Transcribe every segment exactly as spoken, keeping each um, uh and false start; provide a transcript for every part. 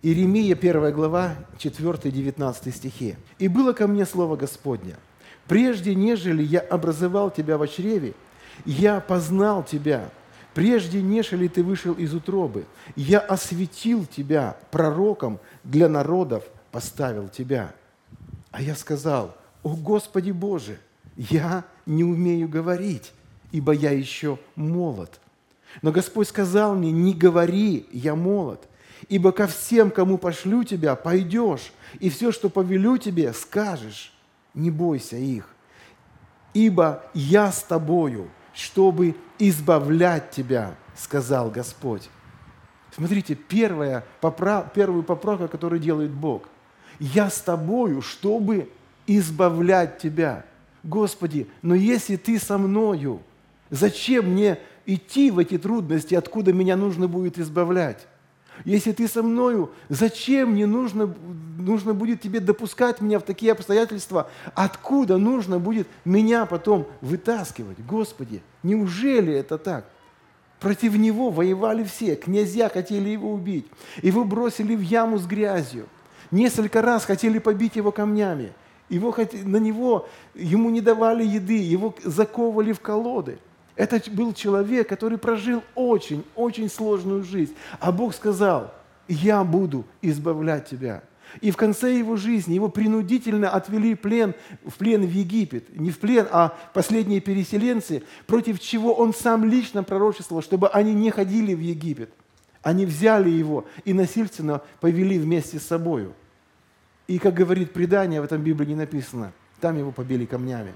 Иеремия, первая глава, четыре-девятнадцать стихи. «И было ко мне слово Господне: прежде, нежели я образовал тебя во чреве, я познал тебя, прежде, нежели ты вышел из утробы, я осветил тебя пророком для народов, поставил тебя. А я сказал: о Господи Боже, я не умею говорить, ибо я еще молод. Но Господь сказал мне: не говори, я молод, ибо ко всем, кому пошлю тебя, пойдешь, и все, что повелю тебе, скажешь. Не бойся их, ибо я с тобою, чтобы избавлять тебя, сказал Господь». Смотрите, первая поправ... первую поправку, которую делает Бог. «Я с тобою, чтобы избавлять тебя». Господи, но если Ты со мною, зачем мне идти в эти трудности, откуда меня нужно будет избавлять? Если Ты со мною, зачем мне нужно, нужно будет Тебе допускать меня в такие обстоятельства, откуда нужно будет меня потом вытаскивать? Господи, неужели это так? Против Него воевали все, князья хотели Его убить, Его бросили в яму с грязью, несколько раз хотели побить Его камнями, его, на него, Ему не давали еды, Его заковывали в колоды. Это был человек, который прожил очень-очень сложную жизнь. А Бог сказал: я буду избавлять тебя. И в конце его жизни его принудительно отвели в плен, в плен в Египет. Не в плен, а последние переселенцы, против чего он сам лично пророчествовал, чтобы они не ходили в Египет. Они взяли его и насильственно повели вместе с собою. И, как говорит предание, в этом Библии не написано, там его побили камнями.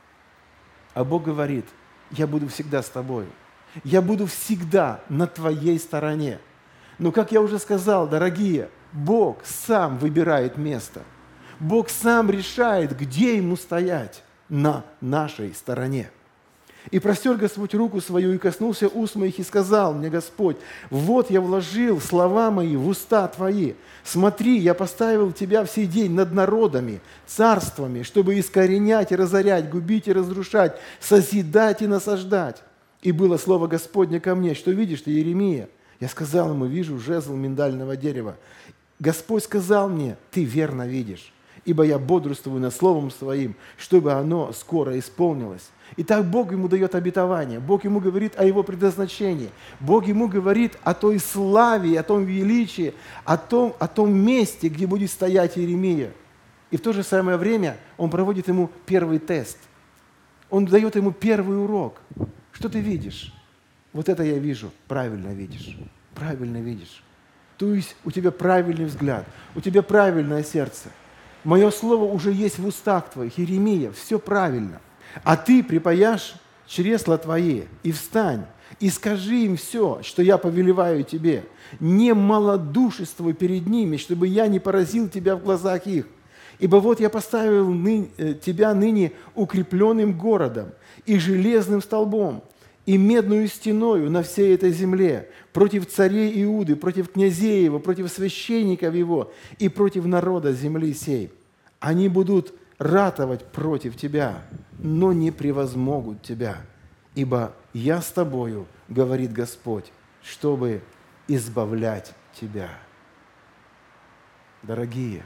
А Бог говорит: я буду всегда с тобой. Я буду всегда на твоей стороне. Но, как я уже сказал, дорогие, Бог сам выбирает место. Бог сам решает, где Ему стоять на нашей стороне. «И простер Господь руку свою, и коснулся уст моих, и сказал мне Господь: вот я вложил слова мои в уста твои. Смотри, я поставил тебя в сей день над народами, царствами, чтобы искоренять и разорять, губить и разрушать, созидать и насаждать. И было слово Господне ко мне: что видишь ты, Иеремия? Я сказал ему: вижу жезл миндального дерева. Господь сказал мне: ты верно видишь, ибо я бодрствую над словом своим, чтобы оно скоро исполнилось». Итак, Бог ему дает обетование, Бог ему говорит о его предназначении, Бог ему говорит о той славе, о том величии, о том, о том месте, где будет стоять Иеремия. И в то же самое время он проводит ему первый тест. Он дает ему первый урок. Что ты видишь? Вот это я вижу. Правильно видишь. Правильно видишь. То есть у тебя правильный взгляд, у тебя правильное сердце. Мое слово уже есть в устах твоих, Иеремия, все правильно. А ты припаяшь чресла твои и встань, и скажи им все, что я повелеваю тебе. Не малодушествуй перед ними, чтобы я не поразил тебя в глазах их. Ибо вот я поставил ны, тебя ныне укрепленным городом и железным столбом, и медную стеною на всей этой земле, против царей Иуды, против князей его, против священников его и против народа земли сей. Они будут ратовать против тебя, но не превозмогут тебя, ибо я с тобою, говорит Господь, чтобы избавлять тебя. Дорогие,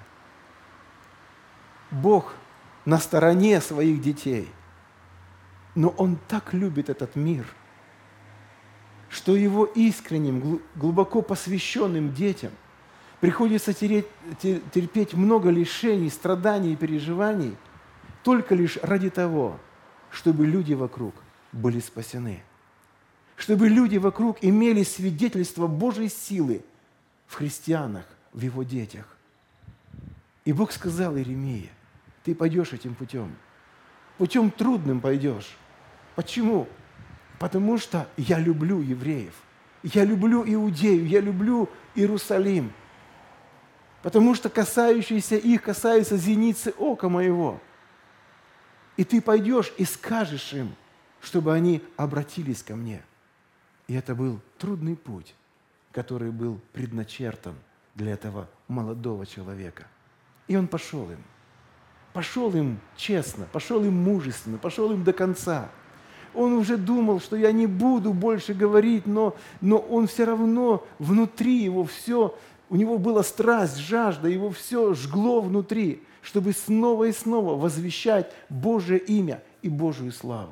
Бог на стороне своих детей, но Он так любит этот мир, что Его искренним, глубоко посвященным детям приходится терпеть много лишений, страданий и переживаний только лишь ради того, чтобы люди вокруг были спасены, чтобы люди вокруг имели свидетельство Божьей силы в христианах, в Его детях. И Бог сказал Иеремии: ты пойдешь этим путем, путем трудным пойдешь. Почему? Потому что я люблю евреев, я люблю Иудею, я люблю Иерусалим. Потому что касающиеся их касаются зеницы ока моего. И ты пойдешь и скажешь им, чтобы они обратились ко мне. И это был трудный путь, который был предначертан для этого молодого человека. И он пошел им. Пошел им честно, пошел им мужественно, пошел им до конца. Он уже думал, что я не буду больше говорить, но, но он все равно, внутри его все у него была страсть, жажда, его все жгло внутри, чтобы снова и снова возвещать Божие имя и Божию славу.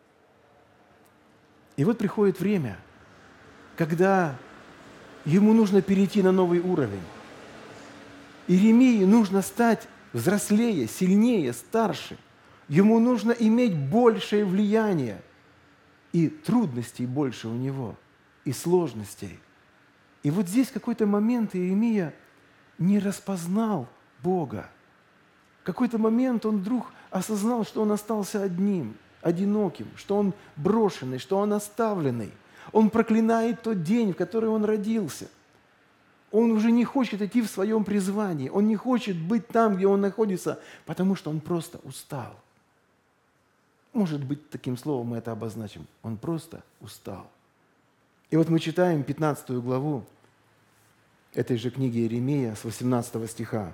И вот приходит время, когда ему нужно перейти на новый уровень. Иеремии нужно стать взрослее, сильнее, старше. Ему нужно иметь большее влияние. И трудностей больше у него, и сложностей. И вот здесь в какой-то момент Иеремия не распознал Бога. В какой-то момент он вдруг осознал, что он остался одним, одиноким, что он брошенный, что он оставленный. Он проклинает тот день, в который он родился. Он уже не хочет идти в своем призвании. Он не хочет быть там, где он находится, потому что он просто устал. Может быть, таким словом мы это обозначим. Он просто устал. И вот мы читаем пятнадцатую главу этой же книги Иеремия с восемнадцатого стиха.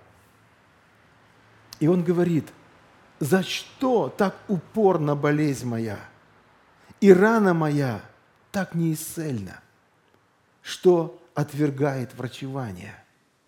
И он говорит: «За что так упорна болезнь моя, и рана моя так неисцельна, что отвергает врачевание?»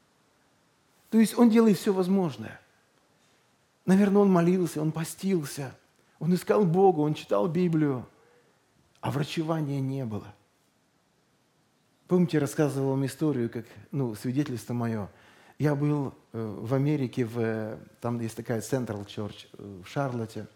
То есть он делает все возможное. Наверное, он молился, он постился, он искал Бога, он читал Библию, а врачевания не было. Помните, я рассказывал вам историю, как, ну, свидетельство мое. Я был э, в Америке, в, там есть такая Central Church э, в Шарлотте,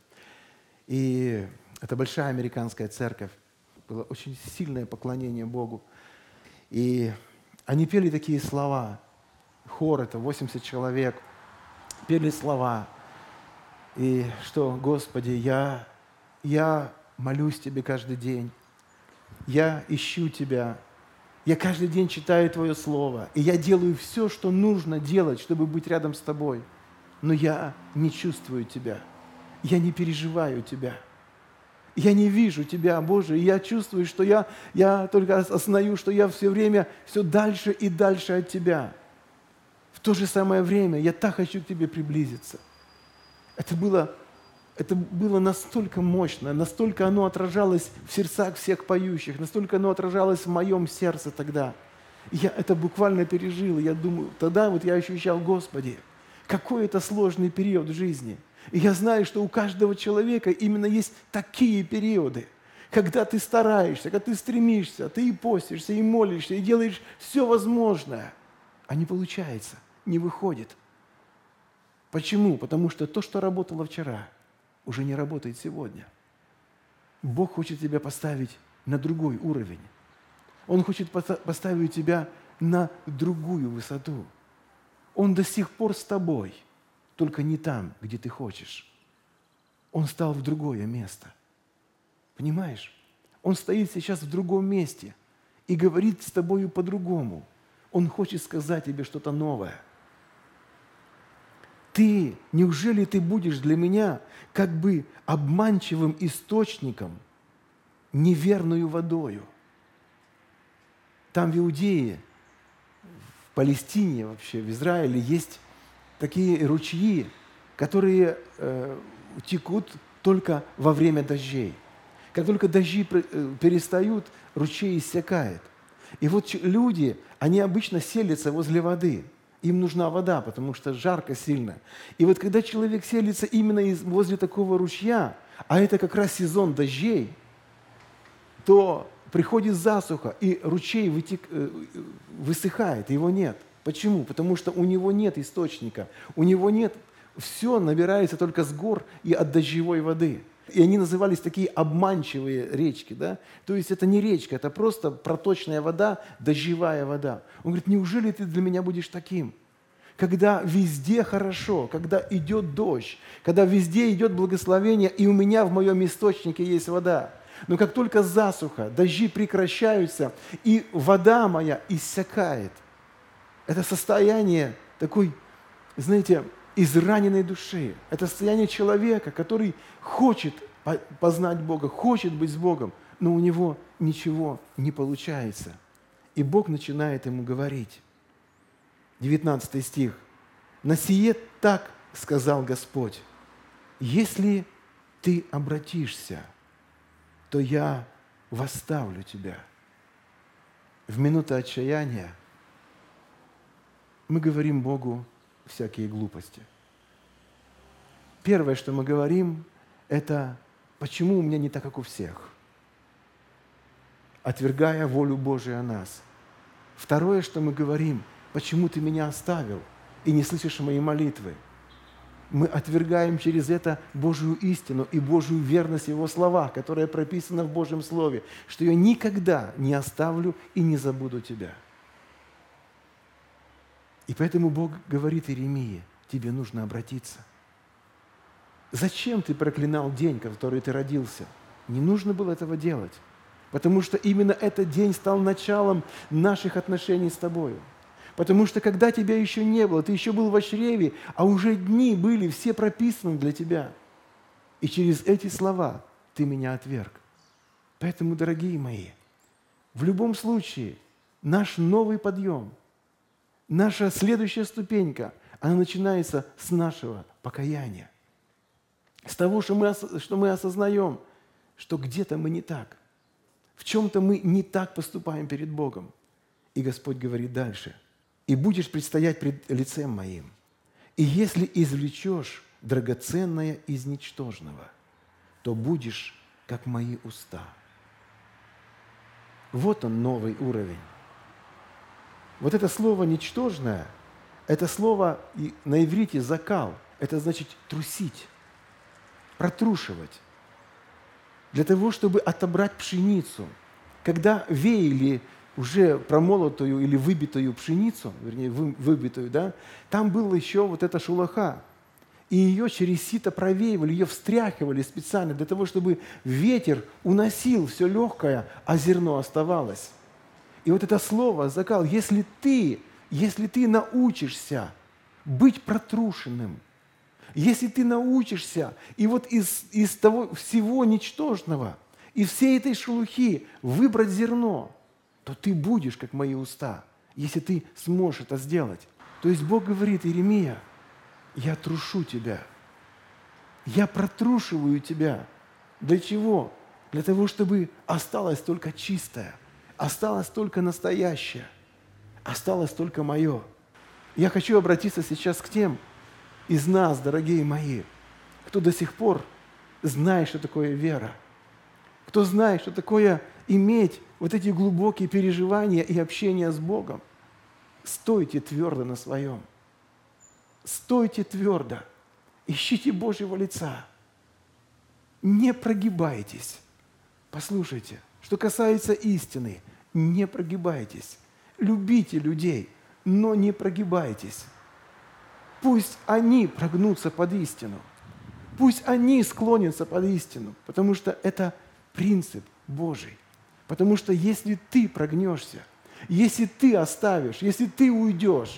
и это большая американская церковь. Было очень сильное поклонение Богу. И они пели такие слова, хор, это восемьдесят человек, пели слова, и что: «Господи, я, я молюсь Тебе каждый день, я ищу Тебя, я каждый день читаю Твое Слово, и я делаю все, что нужно делать, чтобы быть рядом с Тобой, но я не чувствую Тебя, я не переживаю Тебя». Я не вижу Тебя, Боже, и я чувствую, что я, я только осознаю, что я все время все дальше и дальше от Тебя. В то же самое время я так хочу к Тебе приблизиться. Это было, это было настолько мощно, настолько оно отражалось в сердцах всех поющих, настолько оно отражалось в моем сердце тогда. И я это буквально пережил, и я думаю, тогда вот я ощущал: Господи, какой это сложный период в жизни. И я знаю, что у каждого человека именно есть такие периоды, когда ты стараешься, когда ты стремишься, ты и постишься, и молишься, и делаешь все возможное, а не получается, не выходит. Почему? Потому что то, что работало вчера, уже не работает сегодня. Бог хочет тебя поставить на другой уровень. Он хочет поставить тебя на другую высоту. Он до сих пор с тобой, только не там, где ты хочешь. Он стал в другое место. Понимаешь? Он стоит сейчас в другом месте и говорит с тобою по-другому. Он хочет сказать тебе что-то новое. Ты, неужели ты будешь для меня как бы обманчивым источником, неверную водою? Там в Иудее, в Палестине вообще, в Израиле есть такие ручьи, которые э, текут только во время дождей. Как только дожди перестают, ручей иссякает. И вот люди, они обычно селятся возле воды. Им нужна вода, потому что жарко сильно. И вот когда человек селится именно возле такого ручья, а это как раз сезон дождей, то приходит засуха, и ручей вытек, высыхает, его нет. Почему? Потому что у него нет источника, у него нет, все набирается только с гор и от дождевой воды. И они назывались такие обманчивые речки, да? То есть это не речка, это просто проточная вода, дождевая вода. Он говорит: неужели ты для меня будешь таким? Когда везде хорошо, когда идет дождь, когда везде идет благословение, и у меня в моем источнике есть вода. Но как только засуха, дожди прекращаются, и вода моя иссякает, это состояние такой, знаете, израненной души. Это состояние человека, который хочет познать Бога, хочет быть с Богом, но у него ничего не получается. И Бог начинает ему говорить. девятнадцатый стих. «На сие так сказал Господь: если ты обратишься, то я восставлю тебя». В минуту отчаяния мы говорим Богу всякие глупости. Первое, что мы говорим, это «почему у меня не так, как у всех?», отвергая волю Божию о нас. Второе, что мы говорим, «почему ты меня оставил и не слышишь мои молитвы?». Мы отвергаем через это Божию истину и Божию верность в Его словах, которая прописана в Божьем Слове, что я никогда не оставлю и не забуду тебя. И поэтому Бог говорит Иеремии, тебе нужно обратиться. Зачем ты проклинал день, в который ты родился? Не нужно было этого делать, потому что именно этот день стал началом наших отношений с тобою. Потому что когда тебя еще не было, ты еще был в чреве, а уже дни были все прописаны для тебя. И через эти слова ты меня отверг. Поэтому, дорогие мои, в любом случае наш новый подъем, наша следующая ступенька, она начинается с нашего покаяния. С того, что мы, что мы осознаем, что где-то мы не так. В чем-то мы не так поступаем перед Богом. И Господь говорит дальше. «И будешь предстоять пред лицем моим, и если извлечешь драгоценное из ничтожного, то будешь, как мои уста». Вот он, новый уровень. Вот это слово «ничтожное», это слово на иврите «закал», это значит «трусить», «протрушивать», для того, чтобы отобрать пшеницу. Когда веяли уже промолотую или выбитую пшеницу, вернее, выбитую, да, там была еще вот эта шелуха. И ее через сито провеивали, ее встряхивали специально для того, чтобы ветер уносил все легкое, а зерно оставалось. И вот это слово «закал», если ты, если ты научишься быть протрушенным, если ты научишься и вот из, из того всего ничтожного, из всей этой шелухи выбрать зерно, то ты будешь, как мои уста, если ты сможешь это сделать. То есть Бог говорит: Иеремия, я трушу тебя, я протрушиваю тебя. Для чего? Для того, чтобы осталось только чистое, осталось только настоящее, осталось только мое. Я хочу обратиться сейчас к тем из нас, дорогие мои, кто до сих пор знает, что такое вера, кто знает, что такое иметь вот эти глубокие переживания и общение с Богом. Стойте твердо на своем. Стойте твердо. Ищите Божьего лица. Не прогибайтесь. Послушайте, что касается истины, не прогибайтесь. Любите людей, но не прогибайтесь. Пусть они прогнутся под истину. Пусть они склонятся под истину, потому что это принцип Божий. Потому что если ты прогнешься, если ты оставишь, если ты уйдешь,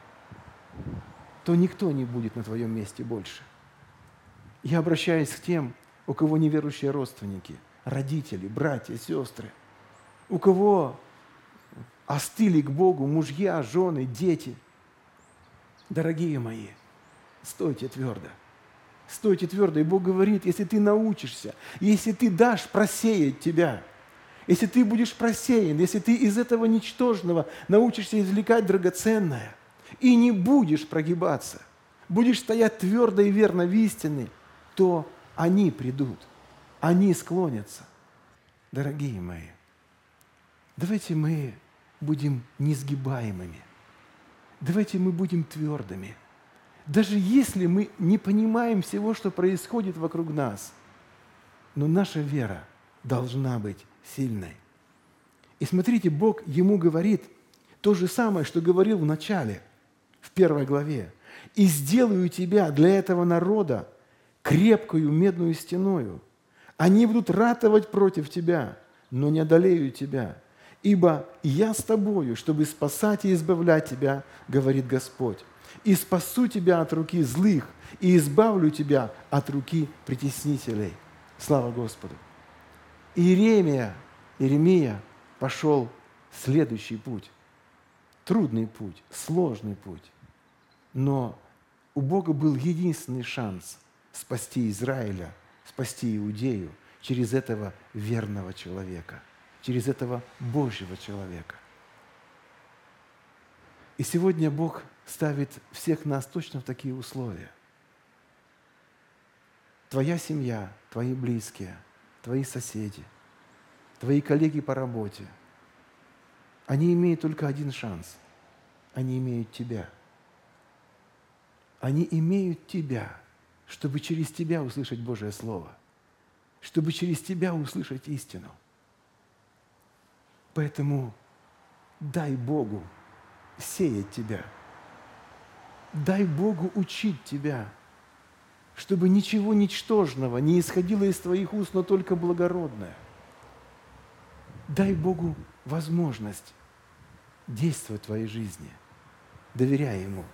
то никто не будет на твоем месте больше. Я обращаюсь к тем, у кого неверующие родственники, родители, братья, сестры, у кого остыли к Богу мужья, жены, дети. Дорогие мои, стойте твердо. Стойте твердо. И Бог говорит, если ты научишься, если ты дашь просеять тебя, если ты будешь просеян, если ты из этого ничтожного научишься извлекать драгоценное и не будешь прогибаться, будешь стоять твердо и верно в истине, то они придут, они склонятся. Дорогие мои, давайте мы будем несгибаемыми, давайте мы будем твердыми. Даже если мы не понимаем всего, что происходит вокруг нас, но наша вера должна быть сильной. И смотрите, Бог ему говорит то же самое, что говорил в начале, в первой главе. «И сделаю тебя для этого народа крепкою медную стеною. Они будут ратовать против тебя, но не одолеют тебя. Ибо я с тобою, чтобы спасать и избавлять тебя, говорит Господь. И спасу тебя от руки злых, и избавлю тебя от руки притеснителей». Слава Господу! Иеремия, Иеремия пошел следующий путь. Трудный путь, сложный путь. Но у Бога был единственный шанс спасти Израиля, спасти Иудею через этого верного человека, через этого Божьего человека. И сегодня Бог ставит всех нас точно в такие условия. Твоя семья, твои близкие, твои соседи, твои коллеги по работе, они имеют только один шанс. Они имеют тебя. Они имеют тебя, чтобы через тебя услышать Божие Слово, чтобы через тебя услышать истину. Поэтому дай Богу сеять тебя. Дай Богу учить тебя, чтобы ничего ничтожного не исходило из твоих уст, но только благородное. Дай Богу возможность действовать в твоей жизни, доверяя Ему.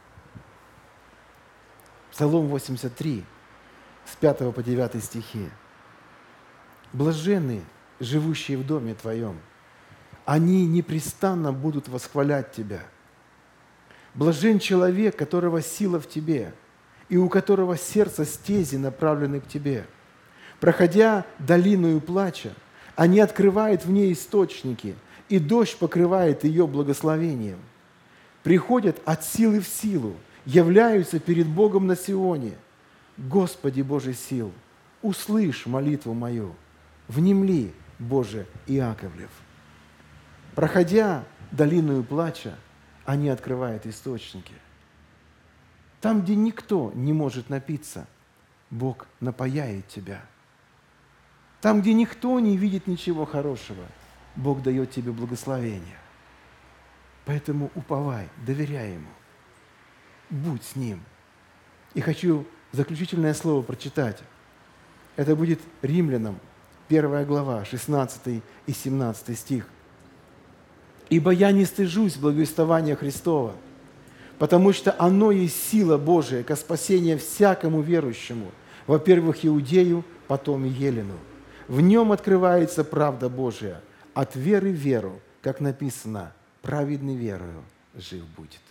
Псалом восемьдесят три, с пятого по девятый стихи. «Блаженны, живущие в доме Твоем, они непрестанно будут восхвалять Тебя. Блажен человек, которого сила в Тебе, и у которого сердце стези направлены к Тебе. Проходя долиною плача, они открывают в ней источники, и дождь покрывает ее благословением. Приходят от силы в силу, являются перед Богом на Сионе. Господи Боже сил, услышь молитву мою, внемли, Боже Иаковлев. Проходя долиною плача, они открывают источники. Там, где никто не может напиться, Бог напояет тебя. Там, где никто не видит ничего хорошего, Бог дает тебе благословение. Поэтому уповай, доверяй Ему. Будь с Ним. И хочу заключительное слово прочитать. Это будет Римлянам, первая глава, шестнадцатый и семнадцатый стих. «Ибо я не стыжусь благовествования Христова, потому что оно есть сила Божия ко спасению всякому верующему, во-первых, иудею, потом и елену. В нем открывается правда Божия, от веры в веру, как написано, праведный верою жив будет».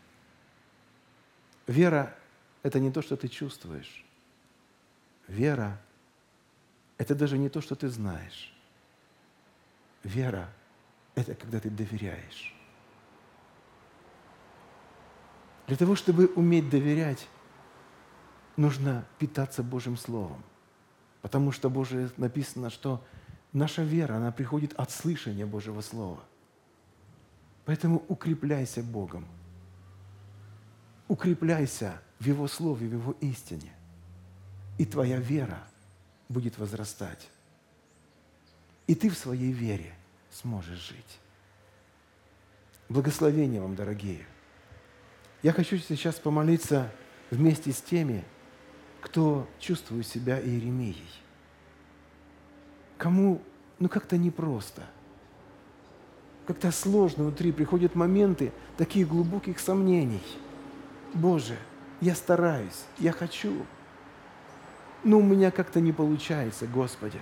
Вера – это не то, что ты чувствуешь. Вера – это даже не то, что ты знаешь. Вера – это когда ты доверяешь. Для того, чтобы уметь доверять, нужно питаться Божьим Словом. Потому что Божие написано, что наша вера, она приходит от слышания Божьего Слова. Поэтому укрепляйся Богом. Укрепляйся в Его Слове, в Его истине. И твоя вера будет возрастать. И ты в своей вере сможешь жить. Благословения вам, дорогие. Я хочу сейчас помолиться вместе с теми, кто чувствует себя Иеремией. Кому, ну, как-то непросто. Как-то сложно внутри, приходят моменты таких глубоких сомнений. Боже, я стараюсь, я хочу, но у меня как-то не получается, Господи.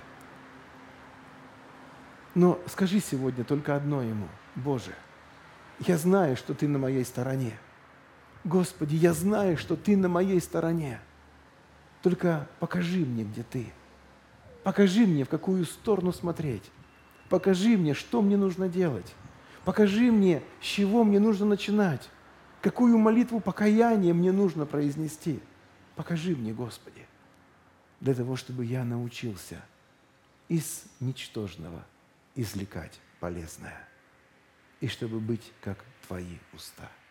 Но скажи сегодня только одно Ему: Боже, я знаю, что Ты на моей стороне. Господи, я знаю, что Ты на моей стороне. Только покажи мне, где Ты. Покажи мне, в какую сторону смотреть. Покажи мне, что мне нужно делать. Покажи мне, с чего мне нужно начинать. Какую молитву покаяния мне нужно произнести. Покажи мне, Господи, для того, чтобы я научился из ничтожного извлекать полезное, и чтобы быть как Твои уста.